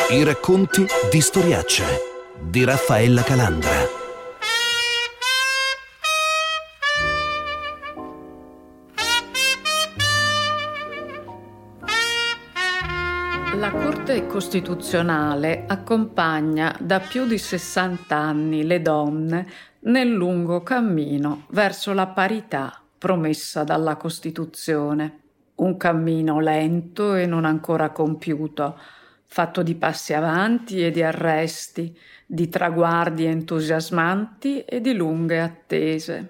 I racconti di Storiacce di Raffaella Calandra. La Corte Costituzionale accompagna da più di 60 anni le donne nel lungo cammino verso la parità promessa dalla Costituzione. Un cammino lento e non ancora compiuto, fatto di passi avanti e di arresti, di traguardi entusiasmanti e di lunghe attese.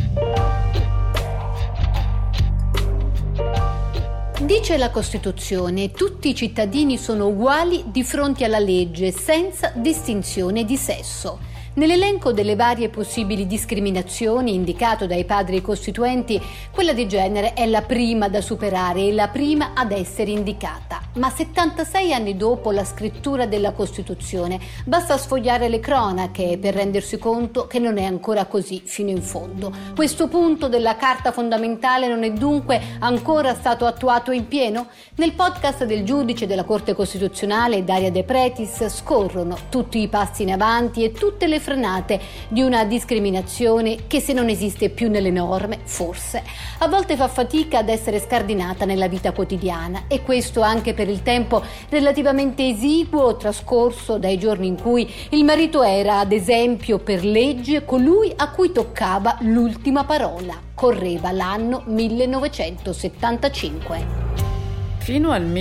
Dice la Costituzione: tutti i cittadini sono uguali di fronte alla legge, senza distinzione di sesso. Nell'elenco delle varie possibili discriminazioni indicato dai padri costituenti, quella di genere è la prima da superare e la prima ad essere indicata. Ma 76 anni dopo la scrittura della Costituzione, basta sfogliare le cronache per rendersi conto che non è ancora così fino in fondo. Questo punto della Carta fondamentale non è dunque ancora stato attuato in pieno? Nel podcast del giudice della Corte Costituzionale, Daria De Pretis, scorrono tutti i passi in avanti e tutte le frenate di una discriminazione che, se non esiste più nelle norme, forse a volte fa fatica ad essere scardinata nella vita quotidiana, e questo anche per il tempo relativamente esiguo trascorso dai giorni in cui il marito era, ad esempio, per legge colui a cui toccava l'ultima parola. Correva l'anno 1975. Fino al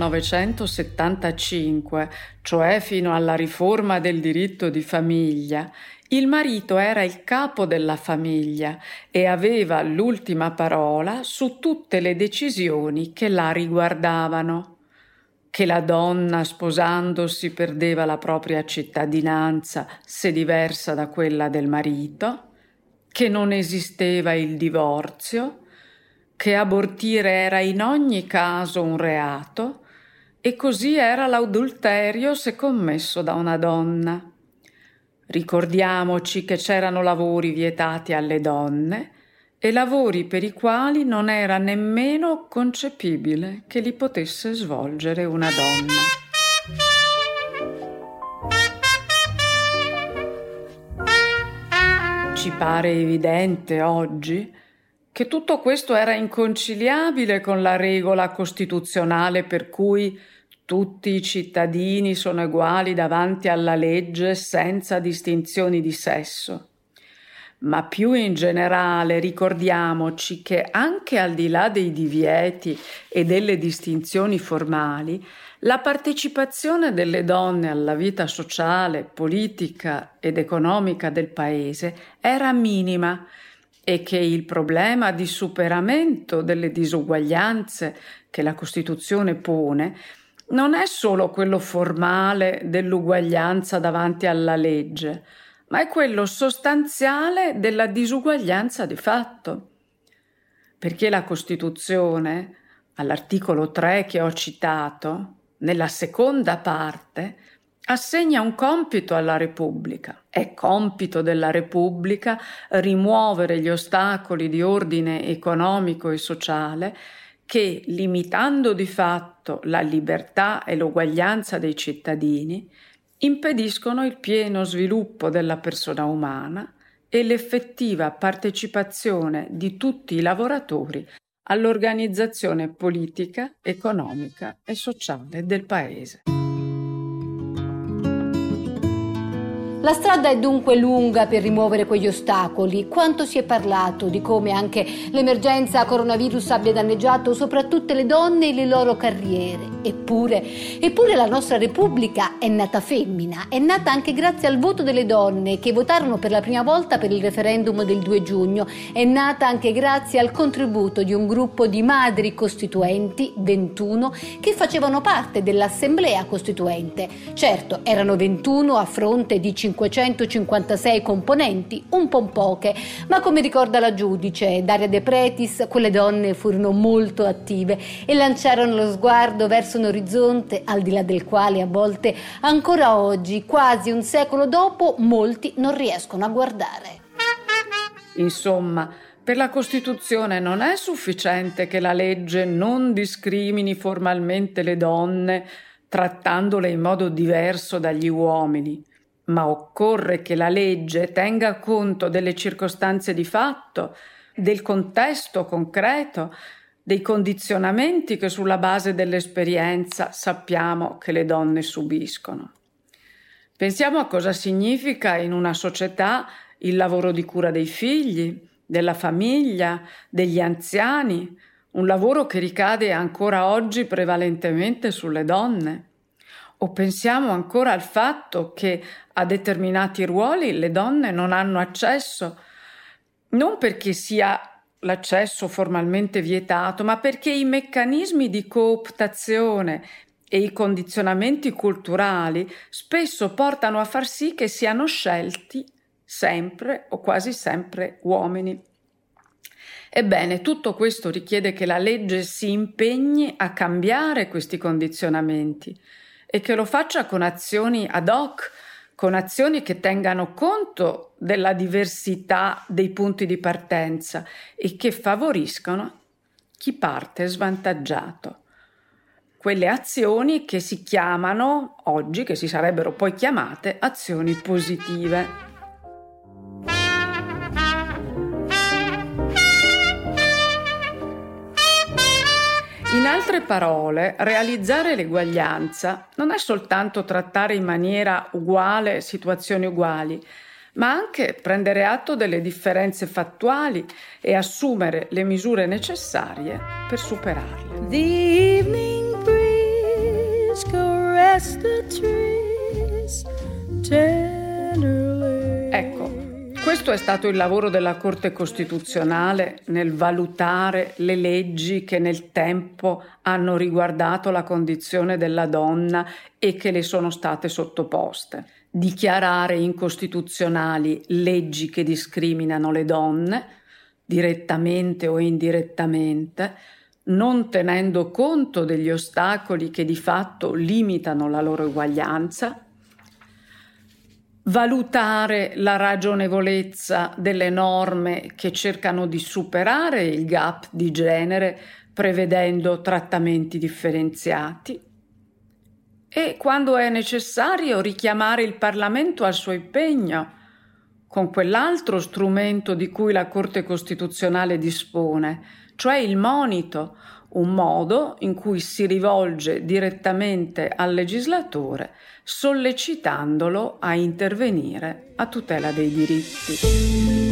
1975, cioè fino alla riforma del diritto di famiglia, il marito era il capo della famiglia e aveva l'ultima parola su tutte le decisioni che la riguardavano. Che la donna sposandosi perdeva la propria cittadinanza se diversa da quella del marito, che non esisteva il divorzio, che abortire era in ogni caso un reato, e così era l'adulterio se commesso da una donna. Ricordiamoci che c'erano lavori vietati alle donne e lavori per i quali non era nemmeno concepibile che li potesse svolgere una donna. Ci pare evidente oggi che tutto questo era inconciliabile con la regola costituzionale per cui tutti i cittadini sono uguali davanti alla legge senza distinzioni di sesso. Ma più in generale ricordiamoci che anche al di là dei divieti e delle distinzioni formali, la partecipazione delle donne alla vita sociale, politica ed economica del paese era minima, e che il problema di superamento delle disuguaglianze che la Costituzione pone non è solo quello formale dell'uguaglianza davanti alla legge, ma è quello sostanziale della disuguaglianza di fatto. Perché la Costituzione, all'articolo 3 che ho citato, nella seconda parte, assegna un compito alla Repubblica. È compito della Repubblica rimuovere gli ostacoli di ordine economico e sociale che, limitando di fatto la libertà e l'uguaglianza dei cittadini, impediscono il pieno sviluppo della persona umana e l'effettiva partecipazione di tutti i lavoratori all'organizzazione politica, economica e sociale del Paese. La strada è dunque lunga per rimuovere quegli ostacoli. Quanto si è parlato di come anche l'emergenza coronavirus abbia danneggiato soprattutto le donne e le loro carriere. Eppure la nostra Repubblica è nata femmina, è nata anche grazie al voto delle donne che votarono per la prima volta per il referendum del 2 giugno, è nata anche grazie al contributo di un gruppo di madri costituenti, 21, che facevano parte dell'Assemblea Costituente. Certo, erano 21 a fronte di 556 componenti, un po' poche, ma come ricorda la giudice Daria De Pretis, quelle donne furono molto attive e lanciarono lo sguardo verso un orizzonte al di là del quale a volte ancora oggi, quasi un secolo dopo, molti non riescono a guardare. Insomma, per la Costituzione non è sufficiente che la legge non discrimini formalmente le donne trattandole in modo diverso dagli uomini, ma occorre che la legge tenga conto delle circostanze di fatto, del contesto concreto, dei condizionamenti che sulla base dell'esperienza sappiamo che le donne subiscono. Pensiamo a cosa significa in una società il lavoro di cura dei figli, della famiglia, degli anziani, un lavoro che ricade ancora oggi prevalentemente sulle donne. O pensiamo ancora al fatto che a determinati ruoli le donne non hanno accesso, non perché sia l'accesso formalmente vietato, ma perché i meccanismi di cooptazione e i condizionamenti culturali spesso portano a far sì che siano scelti sempre o quasi sempre uomini. Ebbene, tutto questo richiede che la legge si impegni a cambiare questi condizionamenti e che lo faccia con azioni ad hoc, con azioni che tengano conto della diversità dei punti di partenza e che favoriscano chi parte svantaggiato. Quelle azioni che si chiamano oggi, che si sarebbero poi chiamate azioni positive. In altre parole, realizzare l'eguaglianza non è soltanto trattare in maniera uguale situazioni uguali, ma anche prendere atto delle differenze fattuali e assumere le misure necessarie per superarle. The evening breeze caressed the trees tenderly. Ecco, questo è stato il lavoro della Corte Costituzionale nel valutare le leggi che nel tempo hanno riguardato la condizione della donna e che le sono state sottoposte. Dichiarare incostituzionali leggi che discriminano le donne, direttamente o indirettamente, non tenendo conto degli ostacoli che di fatto limitano la loro eguaglianza, valutare la ragionevolezza delle norme che cercano di superare il gap di genere prevedendo trattamenti differenziati e, quando è necessario, richiamare il Parlamento al suo impegno con quell'altro strumento di cui la Corte Costituzionale dispone, cioè il monito, un modo in cui si rivolge direttamente al legislatore sollecitandolo a intervenire a tutela dei diritti.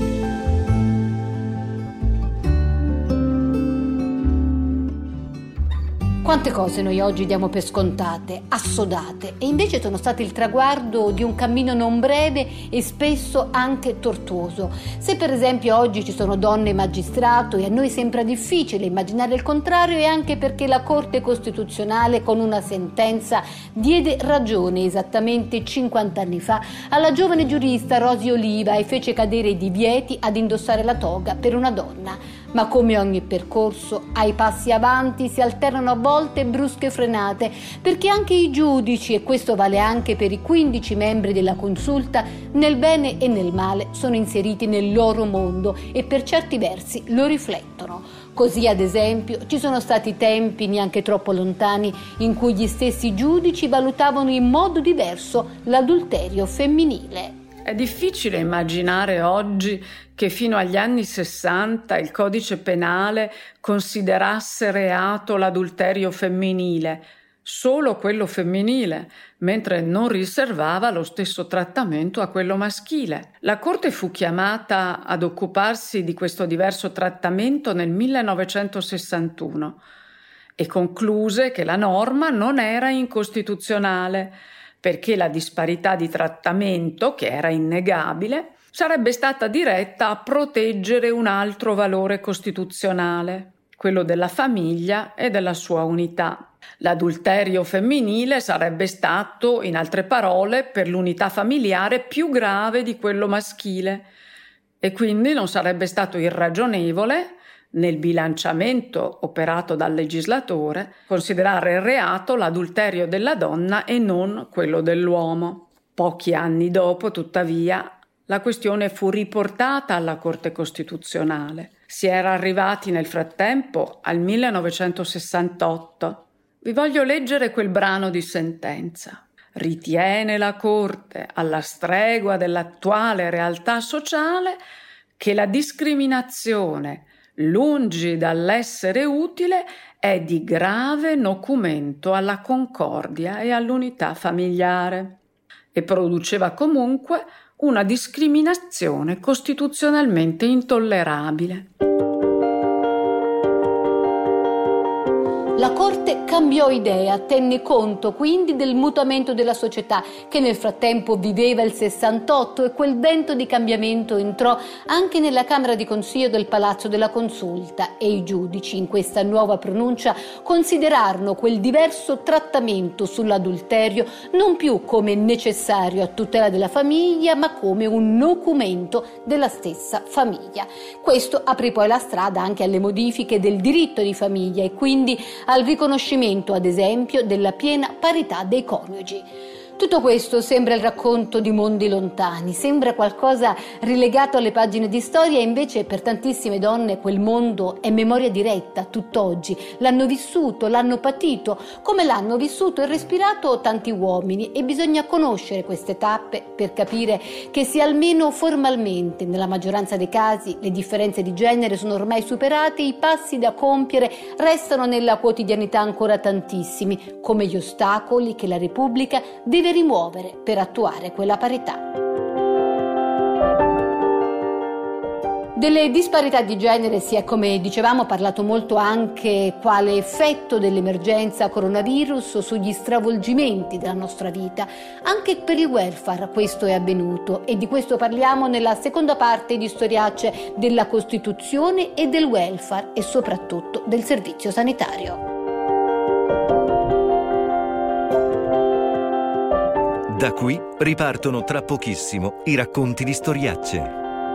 Quante cose noi oggi diamo per scontate, assodate, e invece sono state il traguardo di un cammino non breve e spesso anche tortuoso. Se per esempio oggi ci sono donne magistrato e a noi sembra difficile immaginare il contrario, è anche perché la Corte Costituzionale con una sentenza diede ragione esattamente 50 anni fa alla giovane giurista Rosy Oliva e fece cadere i divieti ad indossare la toga per una donna. Ma come ogni percorso, ai passi avanti si alternano a volte brusche frenate, perché anche i giudici, e questo vale anche per i 15 membri della Consulta, nel bene e nel male sono inseriti nel loro mondo e per certi versi lo riflettono. Così, ad esempio, ci sono stati tempi neanche troppo lontani in cui gli stessi giudici valutavano in modo diverso l'adulterio femminile. È difficile immaginare oggi che fino agli anni 60 il codice penale considerasse reato l'adulterio femminile, solo quello femminile, mentre non riservava lo stesso trattamento a quello maschile. La Corte fu chiamata ad occuparsi di questo diverso trattamento nel 1961 e concluse che la norma non era incostituzionale, perché la disparità di trattamento, che era innegabile, sarebbe stata diretta a proteggere un altro valore costituzionale, quello della famiglia e della sua unità. L'adulterio femminile sarebbe stato, in altre parole, per l'unità familiare più grave di quello maschile e quindi non sarebbe stato irragionevole, nel bilanciamento operato dal legislatore, considerare reato l'adulterio della donna e non quello dell'uomo. Pochi anni dopo, tuttavia, la questione fu riportata alla Corte Costituzionale. Si era arrivati nel frattempo al 1968 Vi voglio leggere quel brano di sentenza. Ritiene la Corte, alla stregua dell'attuale realtà sociale, che la discriminazione, lungi dall'essere utile, è di grave nocumento alla concordia e all'unità familiare e produceva comunque una discriminazione costituzionalmente intollerabile. La Corte cambiò idea, tenne conto quindi del mutamento della società che nel frattempo viveva il 68 e quel vento di cambiamento entrò anche nella Camera di Consiglio del Palazzo della Consulta e i giudici in questa nuova pronuncia considerarono quel diverso trattamento sull'adulterio non più come necessario a tutela della famiglia ma come un nocumento della stessa famiglia. Questo aprì poi la strada anche alle modifiche del diritto di famiglia e quindi al riconoscimento, ad esempio, della piena parità dei coniugi. Tutto questo sembra il racconto di mondi lontani, sembra qualcosa rilegato alle pagine di storia e invece per tantissime donne quel mondo è memoria diretta, tutt'oggi. L'hanno vissuto, l'hanno patito, come l'hanno vissuto e respirato tanti uomini e bisogna conoscere queste tappe per capire che se almeno formalmente, nella maggioranza dei casi, le differenze di genere sono ormai superate, i passi da compiere restano nella quotidianità ancora tantissimi, come gli ostacoli che la Repubblica deve rimuovere per attuare quella parità. Delle disparità di genere si è, come dicevamo, parlato molto anche quale effetto dell'emergenza coronavirus sugli stravolgimenti della nostra vita. Anche per il welfare questo è avvenuto e di questo parliamo nella seconda parte di Storiacce della Costituzione e del welfare e soprattutto del servizio sanitario. Da qui ripartono tra pochissimo i racconti di Storiacce.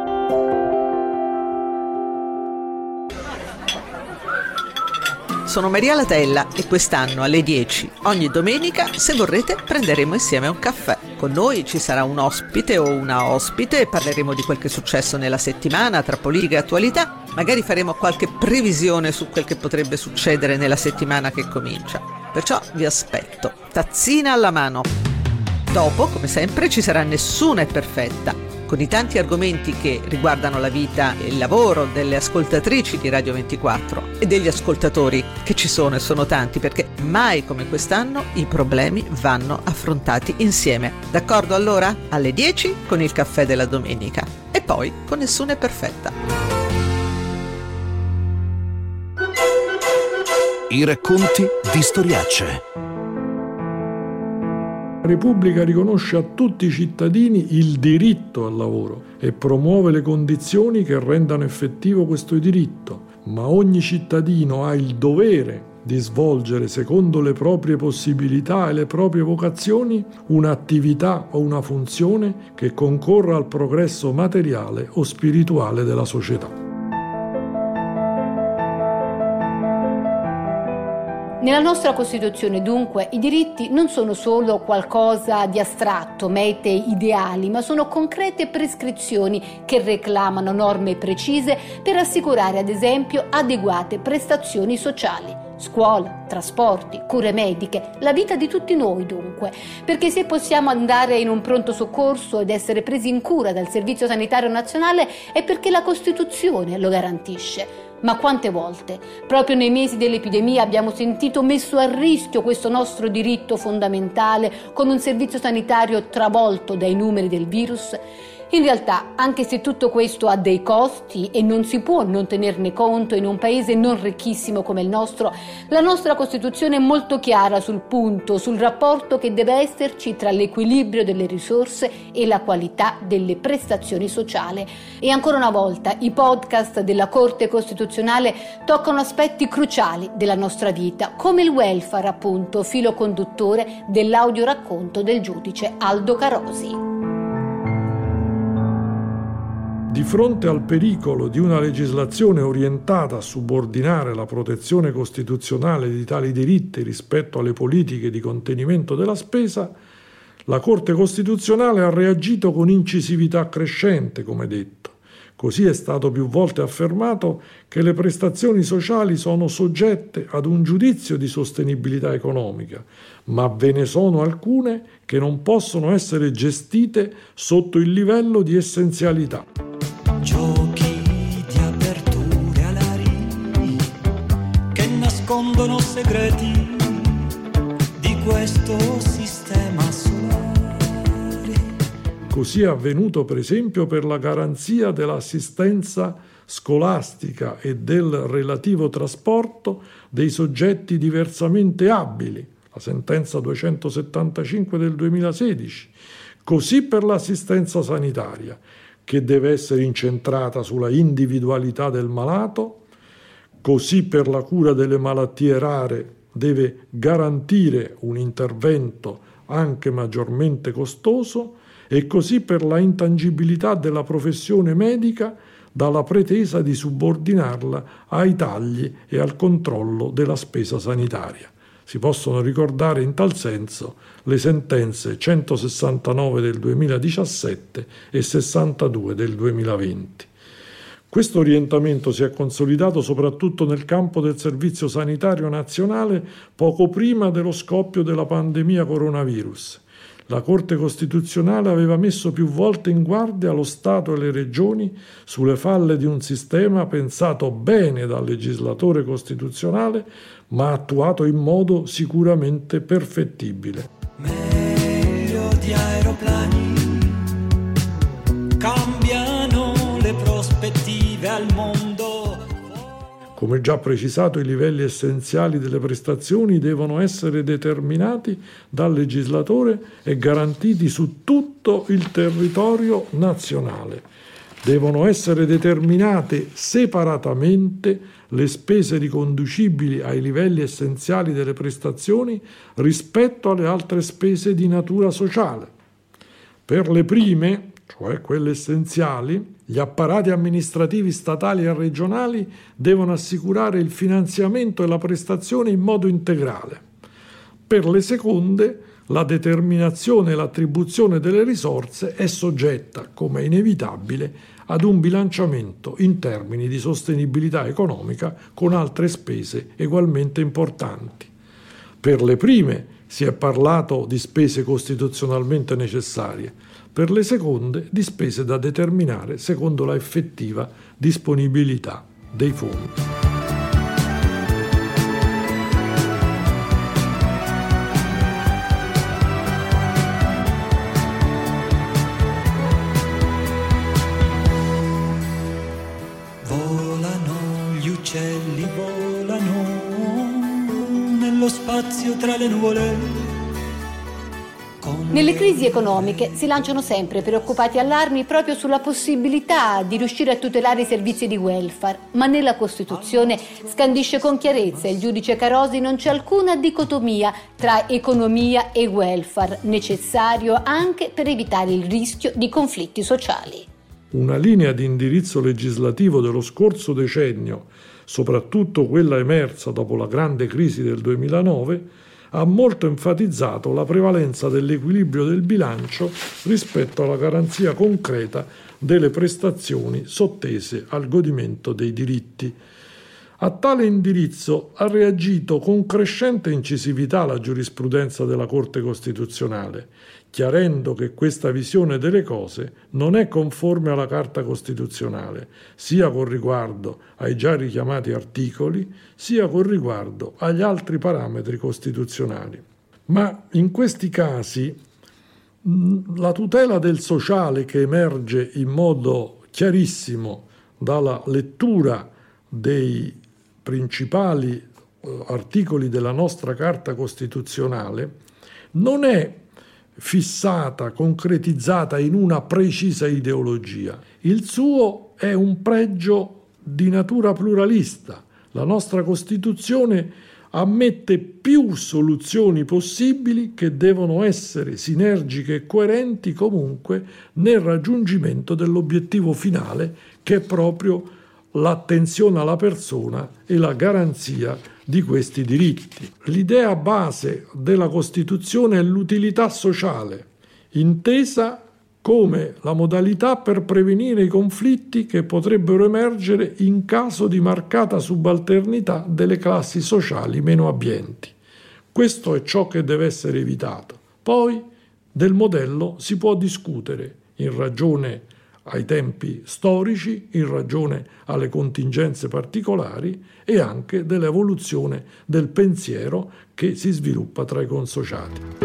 Sono Maria Latella e quest'anno alle 10, ogni domenica, se vorrete, prenderemo insieme un caffè. Con noi ci sarà un ospite o una ospite e parleremo di quel che è successo nella settimana tra politica e attualità. Magari faremo qualche previsione su quel che potrebbe succedere nella settimana che comincia. Perciò vi aspetto, tazzina alla mano. Dopo, come sempre, ci sarà Nessuna è perfetta, con i tanti argomenti che riguardano la vita e il lavoro delle ascoltatrici di Radio 24 e degli ascoltatori che ci sono e sono tanti, perché mai come quest'anno i problemi vanno affrontati insieme. D'accordo allora? Alle 10 con il caffè della domenica e poi con Nessuna è perfetta. I racconti di Storiacce. La Repubblica riconosce a tutti i cittadini il diritto al lavoro e promuove le condizioni che rendano effettivo questo diritto, ma ogni cittadino ha il dovere di svolgere secondo le proprie possibilità e le proprie vocazioni un'attività o una funzione che concorra al progresso materiale o spirituale della società. Nella nostra Costituzione, dunque, i diritti non sono solo qualcosa di astratto, mete ideali, ma sono concrete prescrizioni che reclamano norme precise per assicurare, ad esempio, adeguate prestazioni sociali. Scuola, trasporti, cure mediche, la vita di tutti noi dunque, perché se possiamo andare in un pronto soccorso ed essere presi in cura dal Servizio Sanitario Nazionale è perché la Costituzione lo garantisce. Ma quante volte, proprio nei mesi dell'epidemia, abbiamo sentito messo a rischio questo nostro diritto fondamentale con un servizio sanitario travolto dai numeri del virus? In realtà, anche se tutto questo ha dei costi e non si può non tenerne conto in un paese non ricchissimo come il nostro, la nostra Costituzione è molto chiara sul punto, sul rapporto che deve esserci tra l'equilibrio delle risorse e la qualità delle prestazioni sociali. E ancora una volta i podcast della Corte Costituzionale toccano aspetti cruciali della nostra vita, come il welfare, appunto, filo conduttore dell'audioracconto del giudice Aldo Carosi. Di fronte al pericolo di una legislazione orientata a subordinare la protezione costituzionale di tali diritti rispetto alle politiche di contenimento della spesa, la Corte Costituzionale ha reagito con incisività crescente, come detto, Così è stato più volte affermato che le prestazioni sociali sono soggette ad un giudizio di sostenibilità economica, ma ve ne sono alcune che non possono essere gestite sotto il livello di essenzialità. Giochi di aperture alari che nascondono segreti di questo sistema solare. Così è avvenuto per esempio per la garanzia dell'assistenza scolastica e del relativo trasporto dei soggetti diversamente abili, la sentenza 275 del 2016, così per l'assistenza sanitaria, che deve essere incentrata sulla individualità del malato, così per la cura delle malattie rare deve garantire un intervento anche maggiormente costoso, e così per la intangibilità della professione medica dalla pretesa di subordinarla ai tagli e al controllo della spesa sanitaria. Si possono ricordare in tal senso le sentenze 169 del 2017 e 62 del 2020. Questo orientamento si è consolidato soprattutto nel campo del Servizio Sanitario Nazionale poco prima dello scoppio della pandemia coronavirus. La Corte Costituzionale aveva messo più volte in guardia lo Stato e le Regioni sulle falle di un sistema pensato bene dal legislatore costituzionale, ma attuato in modo sicuramente perfettibile. Meglio di aeroplani, cambiano le prospettive al mondo. Come già precisato, i livelli essenziali delle prestazioni devono essere determinati dal legislatore e garantiti su tutto il territorio nazionale. Devono essere determinate separatamente le spese riconducibili ai livelli essenziali delle prestazioni rispetto alle altre spese di natura sociale. Per le prime, cioè quelle essenziali, gli apparati amministrativi statali e regionali devono assicurare il finanziamento e la prestazione in modo integrale. Per le seconde, la determinazione e l'attribuzione delle risorse è soggetta, come è inevitabile, ad un bilanciamento in termini di sostenibilità economica con altre spese ugualmente importanti. Per le prime si è parlato di spese costituzionalmente necessarie, per le seconde di spese da determinare secondo la effettiva disponibilità dei fondi. Volano gli uccelli, volano nello spazio tra le nuvole. Nelle crisi economiche si lanciano sempre preoccupati allarmi proprio sulla possibilità di riuscire a tutelare i servizi di welfare, ma nella Costituzione scandisce con chiarezza il giudice Carosi: non c'è alcuna dicotomia tra economia e welfare, necessario anche per evitare il rischio di conflitti sociali. Una linea di indirizzo legislativo dello scorso decennio, soprattutto quella emersa dopo la grande crisi del 2009, ha molto enfatizzato la prevalenza dell'equilibrio del bilancio rispetto alla garanzia concreta delle prestazioni sottese al godimento dei diritti. A tale indirizzo ha reagito con crescente incisività la giurisprudenza della Corte Costituzionale, chiarendo che questa visione delle cose non è conforme alla Carta Costituzionale, sia con riguardo ai già richiamati articoli, sia con riguardo agli altri parametri costituzionali. Ma in questi casi la tutela del sociale, che emerge in modo chiarissimo dalla lettura dei principali articoli della nostra Carta Costituzionale, non è fissata, concretizzata in una precisa ideologia. Il suo è un pregio di natura pluralista. La nostra Costituzione ammette più soluzioni possibili che devono essere sinergiche e coerenti comunque nel raggiungimento dell'obiettivo finale, che è proprio l'attenzione alla persona e la garanzia di questi diritti. L'idea base della Costituzione è l'utilità sociale, intesa come la modalità per prevenire i conflitti che potrebbero emergere in caso di marcata subalternità delle classi sociali meno abbienti. Questo è ciò che deve essere evitato. Poi del modello si può discutere in ragione ai tempi storici, in ragione alle contingenze particolari e anche dell'evoluzione del pensiero che si sviluppa tra i consociati.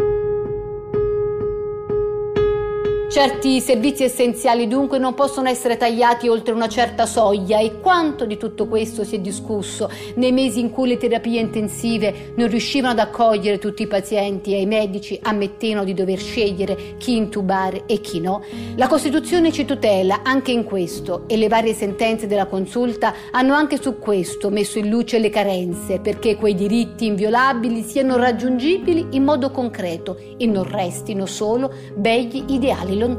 Certi servizi essenziali dunque non possono essere tagliati oltre una certa soglia, e quanto di tutto questo si è discusso nei mesi in cui le terapie intensive non riuscivano ad accogliere tutti i pazienti e i medici ammettevano di dover scegliere chi intubare e chi no. La Costituzione ci tutela anche in questo, e le varie sentenze della Consulta hanno anche su questo messo in luce le carenze, perché quei diritti inviolabili siano raggiungibili in modo concreto e non restino solo begli ideali lontani.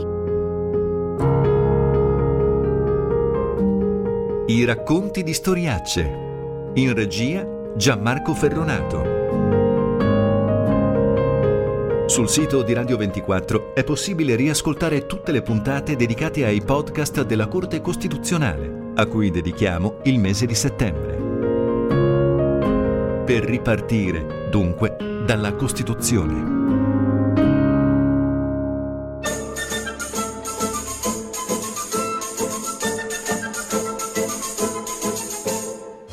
I racconti di storiacce. In regia Gianmarco Ferronato. Sul sito di Radio 24 è possibile riascoltare tutte le puntate dedicate ai podcast della Corte Costituzionale, a cui dedichiamo il mese di settembre. Per ripartire, dunque, dalla Costituzione.